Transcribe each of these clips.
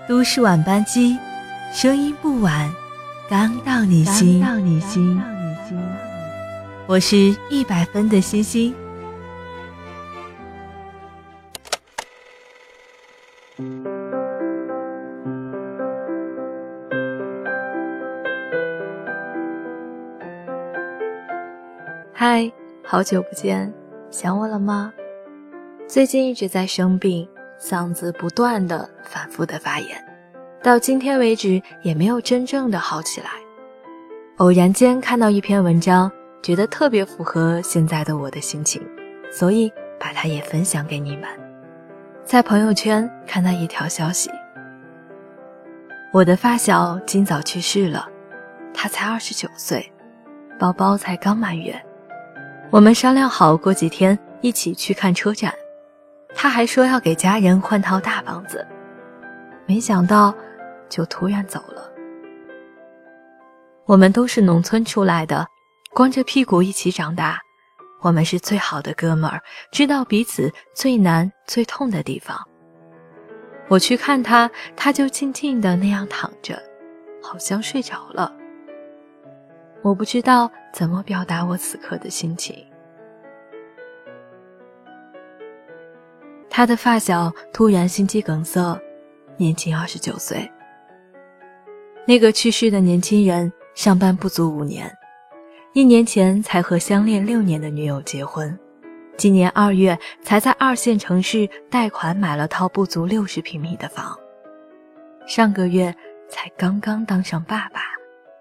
都市晚班机，声音不晚，刚到你心。我是100分的星星。 嗨，好久不见，想我了吗？最近一直在生病，嗓子不断的反复的发炎，到今天为止也没有真正的好起来。偶然间看到一篇文章，觉得特别符合现在的我的心情，所以把它也分享给你们。在朋友圈看到一条消息，我的发小今早去世了，他才29岁，宝宝才刚满月。我们商量好过几天一起去看车展，他还说要给家人换套大房子，没想到就突然走了。我们都是农村出来的，光着屁股一起长大，我们是最好的哥们儿，知道彼此最难最痛的地方。我去看他，他就静静地那样躺着，好像睡着了。我不知道怎么表达我此刻的心情。他的发小突然心肌梗塞，年仅29岁。那个去世的年轻人上班不足5年，1年前才和相恋6年的女友结婚，今年2月才在2线城市贷款买了套不足60平米的房，上个月才刚刚当上爸爸。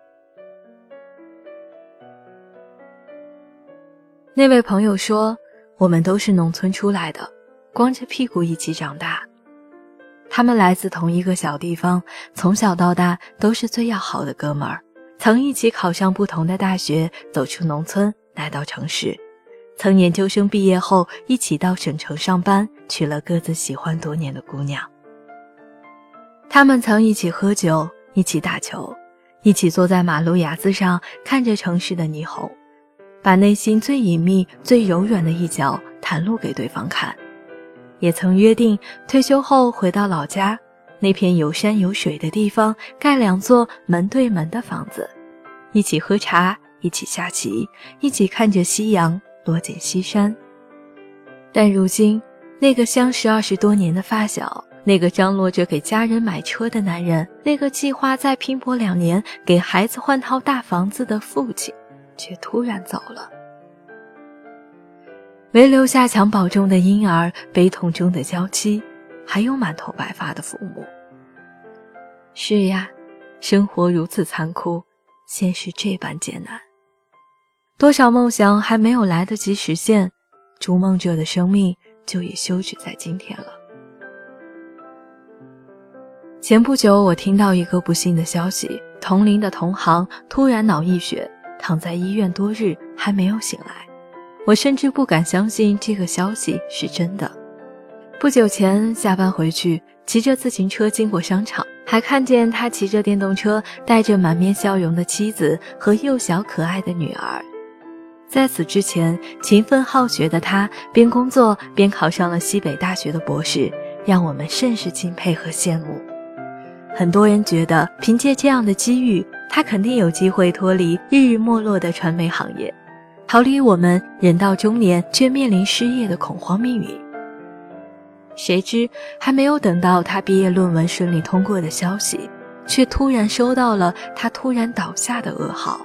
那位朋友说，我们都是农村出来的，光着屁股一起长大。他们来自同一个小地方，从小到大都是最要好的哥们儿，曾一起考上不同的大学，走出农村来到城市，曾研究生毕业后一起到省城上班，娶了各自喜欢多年的姑娘。他们曾一起喝酒，一起打球，一起坐在马路牙子上看着城市的霓虹，把内心最隐秘最柔软的一角袒露给对方看。也曾约定退休后回到老家，那片有山有水的地方盖2座门对门的房子，一起喝茶，一起下棋，一起看着夕阳落进西山。但如今那个相识20多年的发小，那个张罗着给家人买车的男人，那个计划再拼搏2年给孩子换套大房子的父亲，却突然走了，唯留下襁褓中的婴儿，悲痛中的娇妻，还有满头白发的父母。是呀，生活如此残酷，现实这般艰难。多少梦想还没有来得及实现，逐梦者的生命就已休止在今天了。前不久我听到一个不幸的消息，同龄的同行突然脑溢血，躺在医院多日还没有醒来。我甚至不敢相信这个消息是真的。不久前下班回去，骑着自行车经过商场，还看见他骑着电动车带着满面笑容的妻子和幼小可爱的女儿。在此之前，勤奋好学的他边工作边考上了西北大学的博士，让我们甚是敬佩和羡慕。很多人觉得凭借这样的机遇，他肯定有机会脱离日日没落的传媒行业，逃离我们人到中年却面临失业的恐慌命运。谁知还没有等到他毕业论文顺利通过的消息，却突然收到了他突然倒下的噩耗。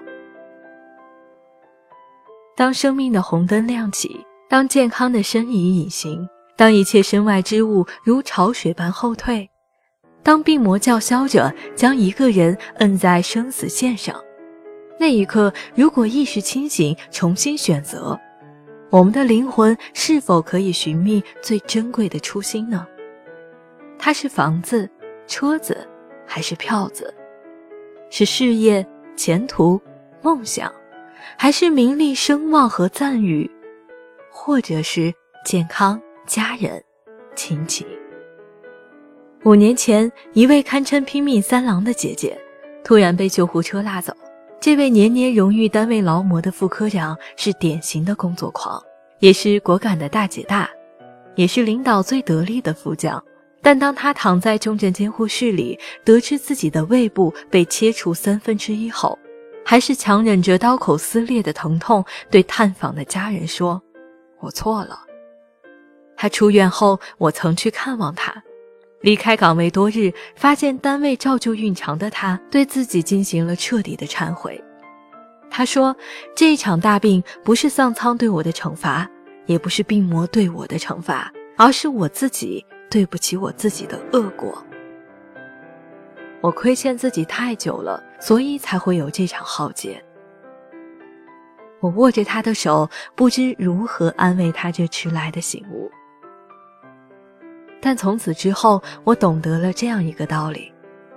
当生命的红灯亮起，当健康的身影隐形，当一切身外之物如潮水般后退，当病魔叫嚣着将一个人摁在生死线上，那一刻，如果意识清醒，重新选择，我们的灵魂是否可以寻觅最珍贵的初心呢？它是房子、车子，还是票子？是事业、前途、梦想，还是名利、声望和赞誉？或者是健康、家人、亲情？ 5年前，一位堪称拼命3郎的姐姐突然被救护车拉走。这位年年荣誉单位劳模的副科长是典型的工作狂，也是果敢的大姐大，也是领导最得力的副将， 但当他躺在重症监护室里，得知自己的胃部被切除1/3后，还是强忍着刀口撕裂的疼痛，对探访的家人说：“我错了。”他出院后，我曾去看望他。离开岗位多日，发现单位照旧运常的他，对自己进行了彻底的忏悔。他说，这一场大病不是丧苍对我的惩罚，也不是病魔对我的惩罚，而是我自己对不起我自己的恶果。我亏欠自己太久了，所以才会有这场浩劫。我握着他的手，不知如何安慰他这迟来的醒悟。但从此之后，我懂得了这样一个道理：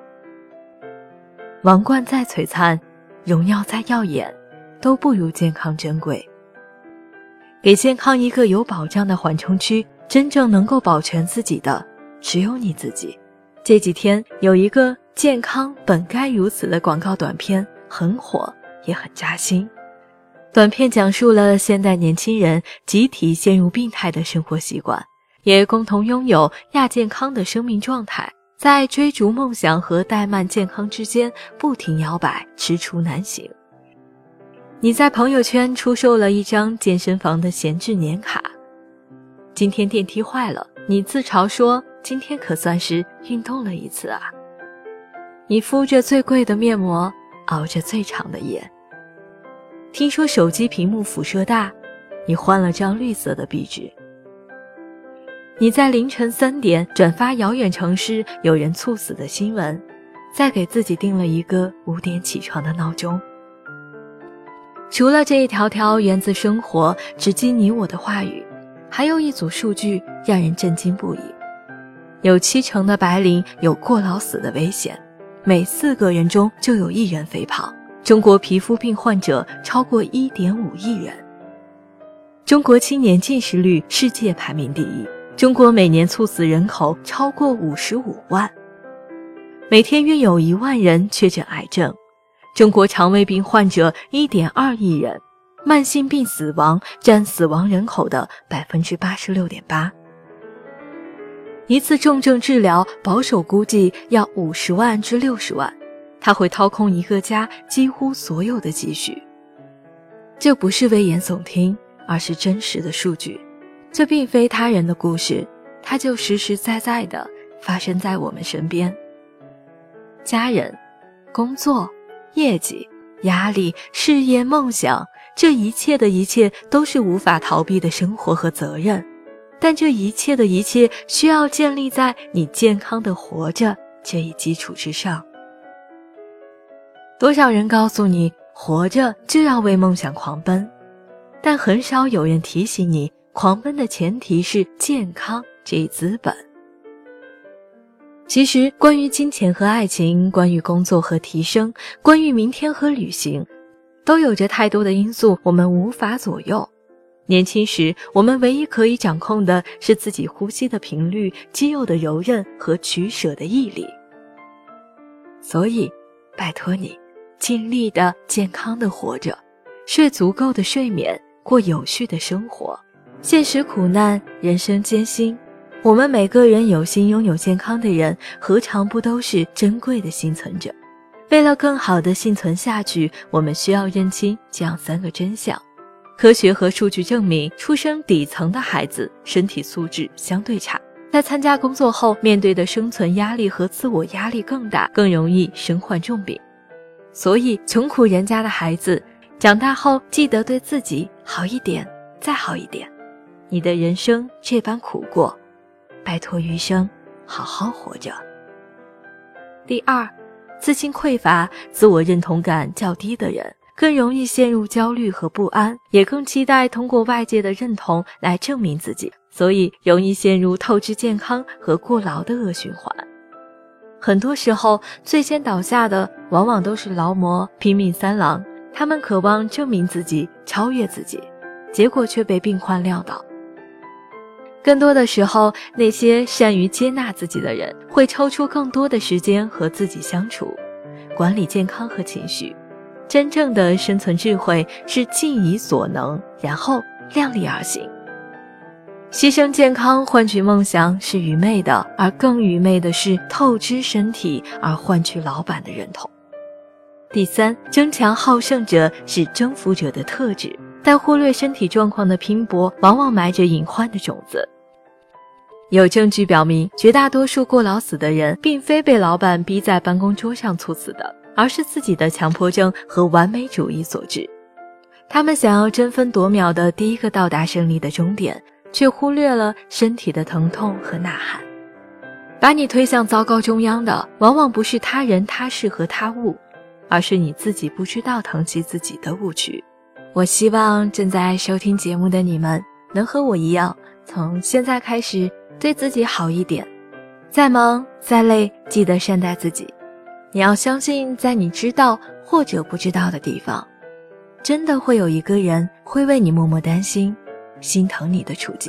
王冠再璀璨，荣耀再耀眼，都不如健康珍贵。给健康一个有保障的缓冲区，真正能够保全自己的，只有你自己。这几天有一个健康本该如此的广告短片很火，也很扎心。短片讲述了现代年轻人集体陷入病态的生活习惯，也共同拥有亚健康的生命状态，在追逐梦想和怠慢健康之间不停摇摆，踟蹰难行。你在朋友圈出售了一张健身房的闲置年卡，今天电梯坏了，你自嘲说今天可算是运动了一次啊。你敷着最贵的面膜，熬着最长的夜。听说手机屏幕辐射大，你换了张绿色的壁纸。你在凌晨3点转发遥远城市有人猝死的新闻，再给自己定了一个5点起床的闹钟。除了这一条条源自生活直击你我的话语，还有一组数据让人震惊不已。有70%的白领有过劳死的危险，每4个人中就有1人肥胖。中国皮肤病患者超过 1.5 亿人。中国青年近视率世界排名第1。中国每年猝死人口超过55万。每天约有1万人确诊癌症。中国肠胃病患者 1.2 亿人，慢性病死亡占死亡人口的 86.8%。一次重症治疗保守估计要50万至60万，它会掏空一个家几乎所有的积蓄。这不是危言耸听，而是真实的数据。这并非他人的故事，它就实实在在地发生在我们身边。家人、工作、业绩、压力、事业、梦想，这一切的一切都是无法逃避的生活和责任。但这一切的一切需要建立在你健康的活着这一基础之上。多少人告诉你，活着就要为梦想狂奔，但很少有人提醒你，狂奔的前提是健康这一资本。其实关于金钱和爱情，关于工作和提升，关于明天和旅行，都有着太多的因素我们无法左右。年轻时我们唯一可以掌控的是自己呼吸的频率、肌肉的柔韧和取舍的毅力。所以拜托你尽力的健康的活着，睡足够的睡眠，过有序的生活。现实苦难，人生艰辛，我们每个人有幸拥有健康的人，何尝不都是珍贵的幸存者？为了更好的幸存下去，我们需要认清这样3个真相。科学和数据证明，出生底层的孩子身体素质相对差，在参加工作后面对的生存压力和自我压力更大，更容易身患重病。所以穷苦人家的孩子长大后记得对自己好一点，再好一点。你的人生这般苦过，拜托余生好好活着。第二，自信匮乏、自我认同感较低的人更容易陷入焦虑和不安，也更期待通过外界的认同来证明自己，所以容易陷入透支健康和过劳的恶循环。很多时候，最先倒下的往往都是劳模、拼命三郎，他们渴望证明自己、超越自己，结果却被病患撂倒。更多的时候，那些善于接纳自己的人，会抽出更多的时间和自己相处，管理健康和情绪。真正的生存智慧是尽己所能，然后量力而行。 牺牲健康换取梦想是愚昧的，而更愚昧的是透支身体而换取老板的认同。第三，争强好胜者是征服者的特质，但忽略身体状况的拼搏往往埋着隐患的种子。有证据表明，绝大多数过劳死的人并非被老板逼在办公桌上猝死的，而是自己的强迫症和完美主义所致。他们想要争分夺秒的第一个到达胜利的终点，却忽略了身体的疼痛和呐喊。把你推向糟糕中央的，往往不是他人他事和他物，而是你自己不知道疼惜自己的误区。我希望正在收听节目的你们能和我一样，从现在开始对自己好一点，再忙再累，记得善待自己。你要相信，在你知道或者不知道的地方，真的会有一个人会为你默默担心，心疼你的处境。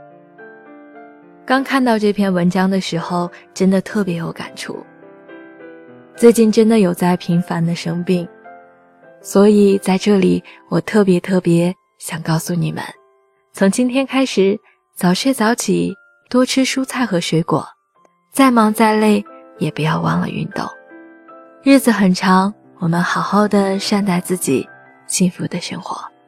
刚看到这篇文章的时候，真的特别有感触。最近真的有在频繁的生病，所以在这里我特别想告诉你们，从今天开始，早睡早起，多吃蔬菜和水果，再忙再累也不要忘了运动。日子很长，我们好好的善待自己，幸福的生活。